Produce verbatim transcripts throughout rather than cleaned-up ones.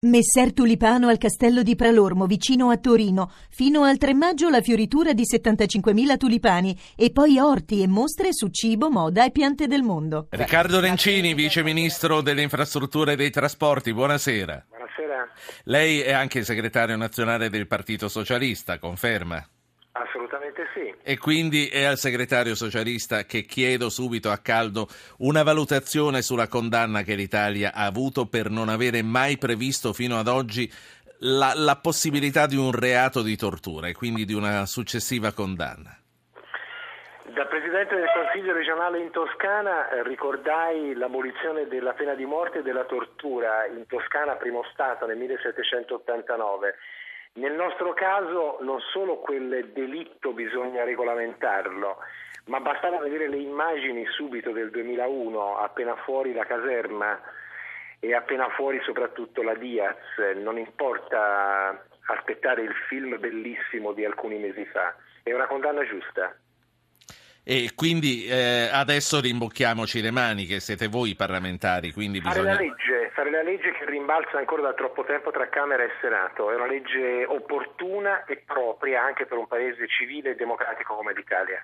Messer Tulipano al castello di Pralormo, vicino a Torino. Fino al tre maggio la fioritura di settantacinquemila tulipani e poi orti e mostre su cibo, moda e piante del mondo. Riccardo Nencini, vice ministro delle infrastrutture e dei trasporti, buonasera. Buonasera. Lei è anche segretario nazionale del Partito Socialista, conferma? Assolutamente sì. E quindi è al segretario socialista che chiedo subito a caldo una valutazione sulla condanna che l'Italia ha avuto per non avere mai previsto fino ad oggi la, la possibilità di un reato di tortura e quindi di una successiva condanna. Da Presidente del Consiglio regionale in Toscana eh, ricordai l'abolizione della pena di morte e della tortura in Toscana, primo Stato, nel millesettecentottantanove. Nel nostro caso non solo quel delitto bisogna regolamentarlo, ma bastava vedere le immagini subito del duemilauno, appena fuori la caserma e appena fuori soprattutto la Diaz. Non importa aspettare il film bellissimo di alcuni mesi fa, è una condanna giusta. E quindi eh, adesso rimbocchiamoci le maniche, siete voi parlamentari, quindi fare bisogna... la legge, fare la legge che rimbalza ancora da troppo tempo tra Camera e Senato, è una legge opportuna e propria anche per un paese civile e democratico come l'Italia.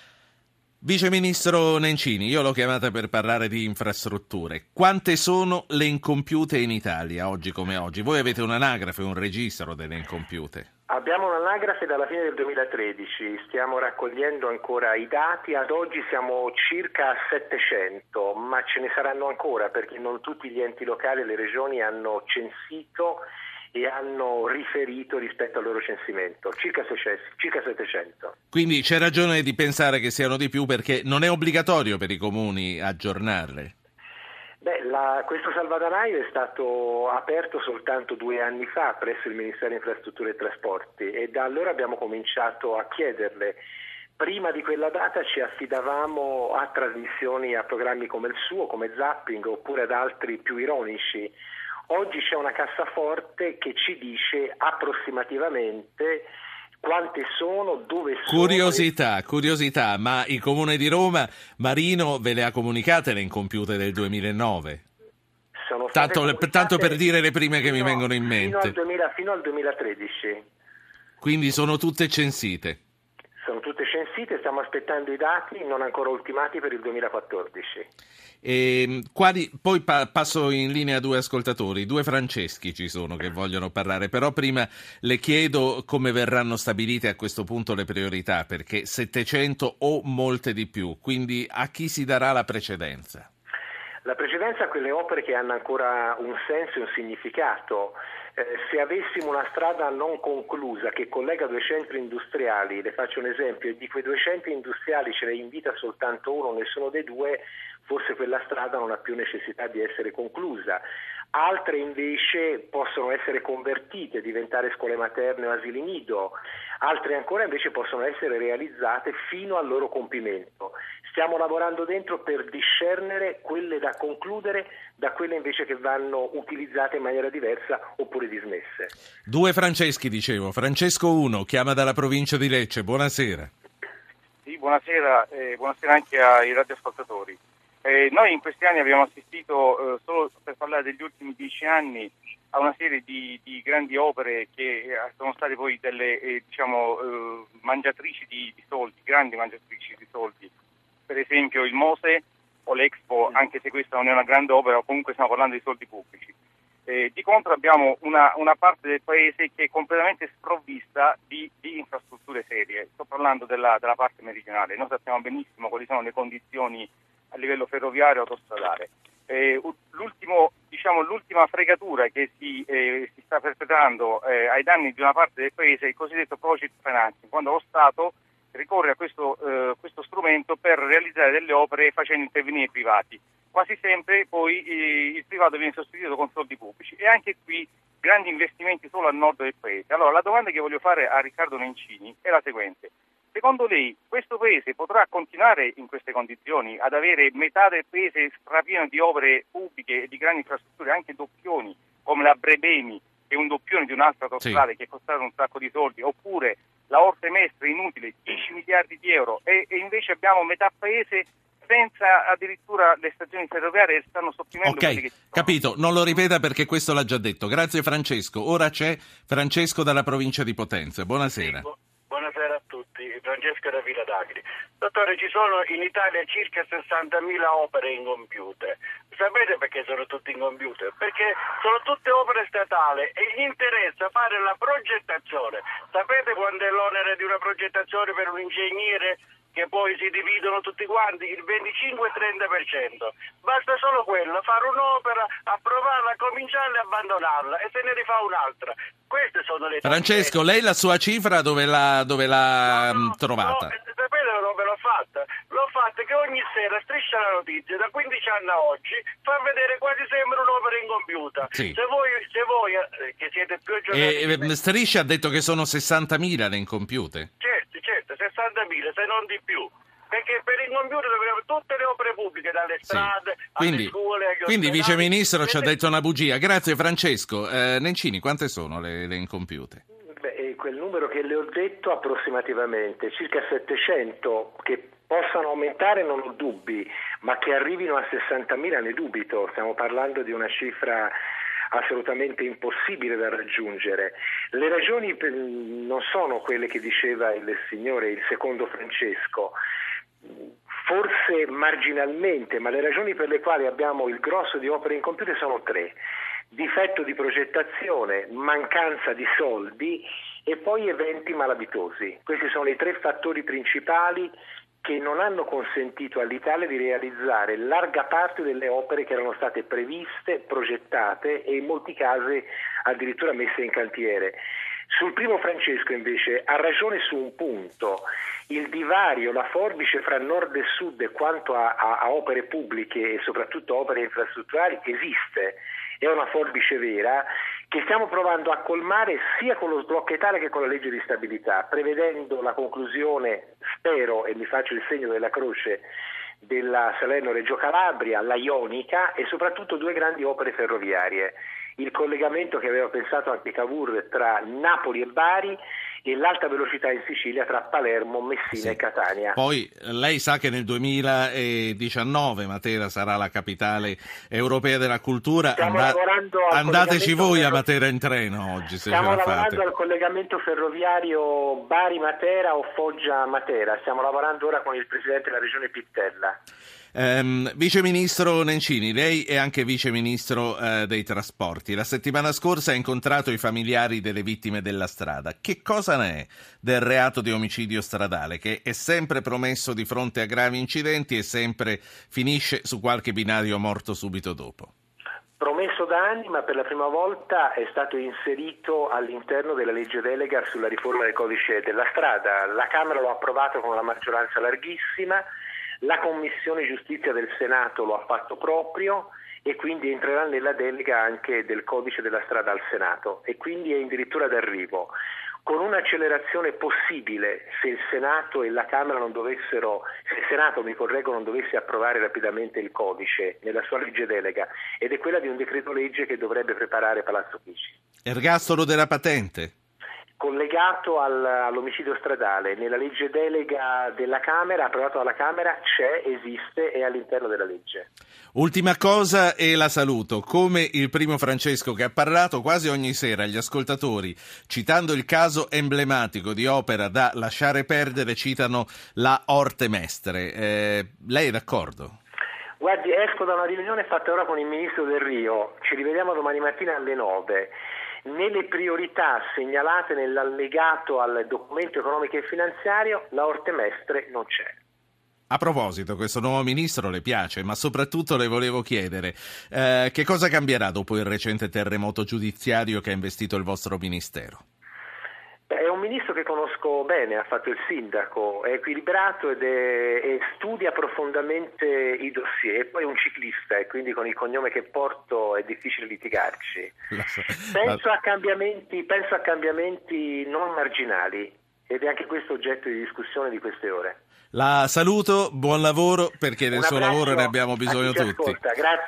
Vice Ministro Nencini, io l'ho chiamata per parlare di infrastrutture. Quante sono le incompiute in Italia, oggi come oggi? Voi avete un'anagrafe, un registro delle incompiute? Abbiamo un'anagrafe dalla fine del duemilatredici, stiamo raccogliendo ancora i dati, ad oggi siamo circa a settecento, ma ce ne saranno ancora perché non tutti gli enti locali e le regioni hanno censito e hanno riferito rispetto al loro censimento, circa settecento. Quindi c'è ragione di pensare che siano di più perché non è obbligatorio per i comuni aggiornarle? Beh, la, questo salvadanaio è stato aperto soltanto due anni fa presso il Ministero delle Infrastrutture e Trasporti e da allora abbiamo cominciato a chiederle. Prima di quella data ci affidavamo a trasmissioni, a programmi come il suo, come Zapping oppure ad altri più ironici. Oggi c'è una cassaforte che ci dice approssimativamente quante sono, dove sono. Curiosità, e... curiosità, ma il Comune di Roma, Marino, ve le ha comunicate le incompiute del duemilanove? Sono tanto, tanto per dire le prime che fino, mi vengono in mente. Fino al, duemila, fino al duemilatredici. Quindi sono tutte censite? Sono tutte censite, stiamo aspettando i dati non ancora ultimati per il duemilaquattordici. E quali, poi pa- passo in linea a due ascoltatori, due Franceschi ci sono che vogliono parlare, però prima le chiedo come verranno stabilite a questo punto le priorità, perché settecento o molte di più, quindi a chi si darà la precedenza? La precedenza a quelle opere che hanno ancora un senso e un significato. Eh, se avessimo una strada non conclusa che collega due centri industriali, le faccio un esempio, e di quei due centri industriali ce ne invita soltanto uno, nessuno dei due, forse quella strada non ha più necessità di essere conclusa. Altre invece possono essere convertite, diventare scuole materne o asili nido, altre ancora invece possono essere realizzate fino al loro compimento. Stiamo lavorando dentro per discernere quelle da concludere da quelle invece che vanno utilizzate in maniera diversa oppure dismesse. Due Franceschi, dicevo. Francesco uno, chiama dalla provincia di Lecce. Buonasera. Sì, buonasera, eh, buonasera anche ai radioascoltatori. Eh, noi in questi anni abbiamo assistito, eh, solo per parlare degli ultimi dieci anni, a una serie di, di grandi opere che eh, sono state poi delle eh, diciamo eh, mangiatrici di, di soldi, grandi mangiatrici di soldi. Per esempio il Mose o l'Expo, anche se questa non è una grande opera, comunque stiamo parlando di soldi pubblici. Eh, di contro abbiamo una, una parte del paese che è completamente sprovvista di, di infrastrutture serie. Sto parlando della, della parte meridionale. Noi sappiamo benissimo quali sono le condizioni a livello ferroviario e autostradale. Eh, l'ultimo, diciamo, l'ultima fregatura che si, eh, si sta perpetrando eh, ai danni di una parte del paese è il cosiddetto project financing, quando lo Stato ricorre a questo, eh, questo strumento per realizzare delle opere facendo intervenire i privati. Quasi sempre poi eh, il privato viene sostituito con soldi pubblici e anche qui grandi investimenti solo al nord del paese. Allora la domanda che voglio fare a Riccardo Nencini è la seguente. Secondo lei questo paese potrà continuare in queste condizioni ad avere metà del paese strapieno di opere pubbliche e di grandi infrastrutture, anche doppioni come la Brebemi, che è un doppione di un'altra autostrada, sì, che è costato un sacco di soldi, oppure la Orte Mestre inutile, dieci miliardi di euro, e, e invece abbiamo metà paese Potenza addirittura le stazioni ferroviarie stanno sopprimendo. Ok, che capito, non lo ripeta perché questo l'ha già detto. Grazie Francesco. Ora c'è Francesco dalla provincia di Potenza. Buonasera. Sì, bu- buonasera a tutti, Francesco da Villa d'Agri. Dottore, ci sono in Italia circa sessantamila opere incompiute. Sapete perché sono tutte incompiute? Perché sono tutte opere statali e gli interessa fare la progettazione. Sapete quando è l'onere di una progettazione per un ingegnere? Che poi si dividono tutti quanti, il venticinque trenta per cento. Basta solo quello, fare un'opera, approvarla, cominciarla e abbandonarla e se ne rifà un'altra. Queste sono le Francesco, lei la sua cifra dove l'ha, dove l'ha no, no, trovata? No, sapete dove l'ho fatta? L'ho fatta che ogni sera Striscia la Notizia, da quindici anni a oggi, fa vedere quasi sempre un'opera incompiuta. Sì. Se voi, se voi eh, che siete più aggiornati... E, e Striscia ha detto che sono sessantamila le incompiute. Certo, certo, sessantamila, se non di più. Perché per il computer dobbiamo tutte le opere pubbliche, dalle strade, sì. quindi, alle scuole, agli quindi il ospedali. Vice Ministro ci ha Vedete... detto una bugia. Grazie Francesco. Eh, Nencini, quante sono le, le incompiute? Beh, quel numero che le ho detto approssimativamente, circa settecento, che possano aumentare non ho dubbi, ma che arrivino a sessantamila ne dubito. Stiamo parlando di una cifra assolutamente impossibile da raggiungere. Le ragioni per, non sono quelle che diceva il signore, il secondo Francesco, forse marginalmente, ma le ragioni per le quali abbiamo il grosso di opere incompiute sono tre: difetto di progettazione, mancanza di soldi e poi eventi malavitosi. Questi sono i tre fattori principali che non hanno consentito all'Italia di realizzare larga parte delle opere che erano state previste, progettate e in molti casi addirittura messe in cantiere. Sul primo Francesco invece ha ragione su un punto: il divario, la forbice fra nord e sud quanto a, a, a opere pubbliche e soprattutto opere infrastrutturali esiste, è una forbice vera che stiamo provando a colmare sia con lo sblocca Italia che con la legge di stabilità, prevedendo la conclusione, spero, e mi faccio il segno della croce, della Salerno-Reggio Calabria, la Ionica e soprattutto due grandi opere ferroviarie: il collegamento che aveva pensato anche Cavour tra Napoli e Bari e l'alta velocità in Sicilia tra Palermo, Messina sì. e Catania. Poi lei sa che nel duemiladiciannove Matera sarà la capitale europea della cultura. Stiamo And- Andateci voi ferro- a Matera in treno oggi, se Stiamo ce la lavorando fate. al collegamento ferroviario Bari-Matera o Foggia-Matera. Stiamo lavorando ora con il presidente della regione Pittella. Um, Vice Ministro Nencini, lei è anche Vice Ministro uh, dei Trasporti. La settimana scorsa ha incontrato i familiari delle vittime della strada. Che cosa ne è del reato di omicidio stradale, che è sempre promesso di fronte a gravi incidenti e sempre finisce su qualche binario morto subito dopo? Promesso da anni, ma per la prima volta è stato inserito all'interno della legge delega sulla riforma del codice della strada. La Camera lo ha approvato con una maggioranza larghissima. La Commissione Giustizia del Senato lo ha fatto proprio e quindi entrerà nella delega anche del codice della strada al Senato e quindi è addirittura d'arrivo, con un'accelerazione possibile se il Senato e la Camera non dovessero, se il Senato, mi correggo, non dovesse approvare rapidamente il codice nella sua legge delega, ed è quella di un decreto legge che dovrebbe preparare Palazzo Chigi. Ergastolo della patente? Collegato al, all'omicidio stradale, nella legge delega della Camera, approvato dalla Camera, c'è, esiste, è all'interno della legge. Ultima cosa e la saluto. Come il primo Francesco che ha parlato quasi ogni sera agli ascoltatori, citando il caso emblematico di opera da lasciare perdere, citano la Orte Mestre. Eh, lei è d'accordo? Guardi, esco da una riunione fatta ora con il Ministro Del Rio, ci rivediamo domani mattina alle nove. Nelle priorità segnalate nell'allegato al documento economico e finanziario, la Orte Mestre non c'è. A proposito, questo nuovo ministro le piace, ma soprattutto le volevo chiedere eh, che cosa cambierà dopo il recente terremoto giudiziario che ha investito il vostro ministero? È un ministro che conosco bene, ha fatto il sindaco, è equilibrato ed è, e studia profondamente i dossier, e poi è un ciclista e quindi con il cognome che porto è difficile litigarci. So, penso, la... a cambiamenti, penso a cambiamenti non marginali ed è anche questo oggetto di discussione di queste ore. La saluto, buon lavoro perché del suo lavoro ne abbiamo bisogno tutti. Grazie.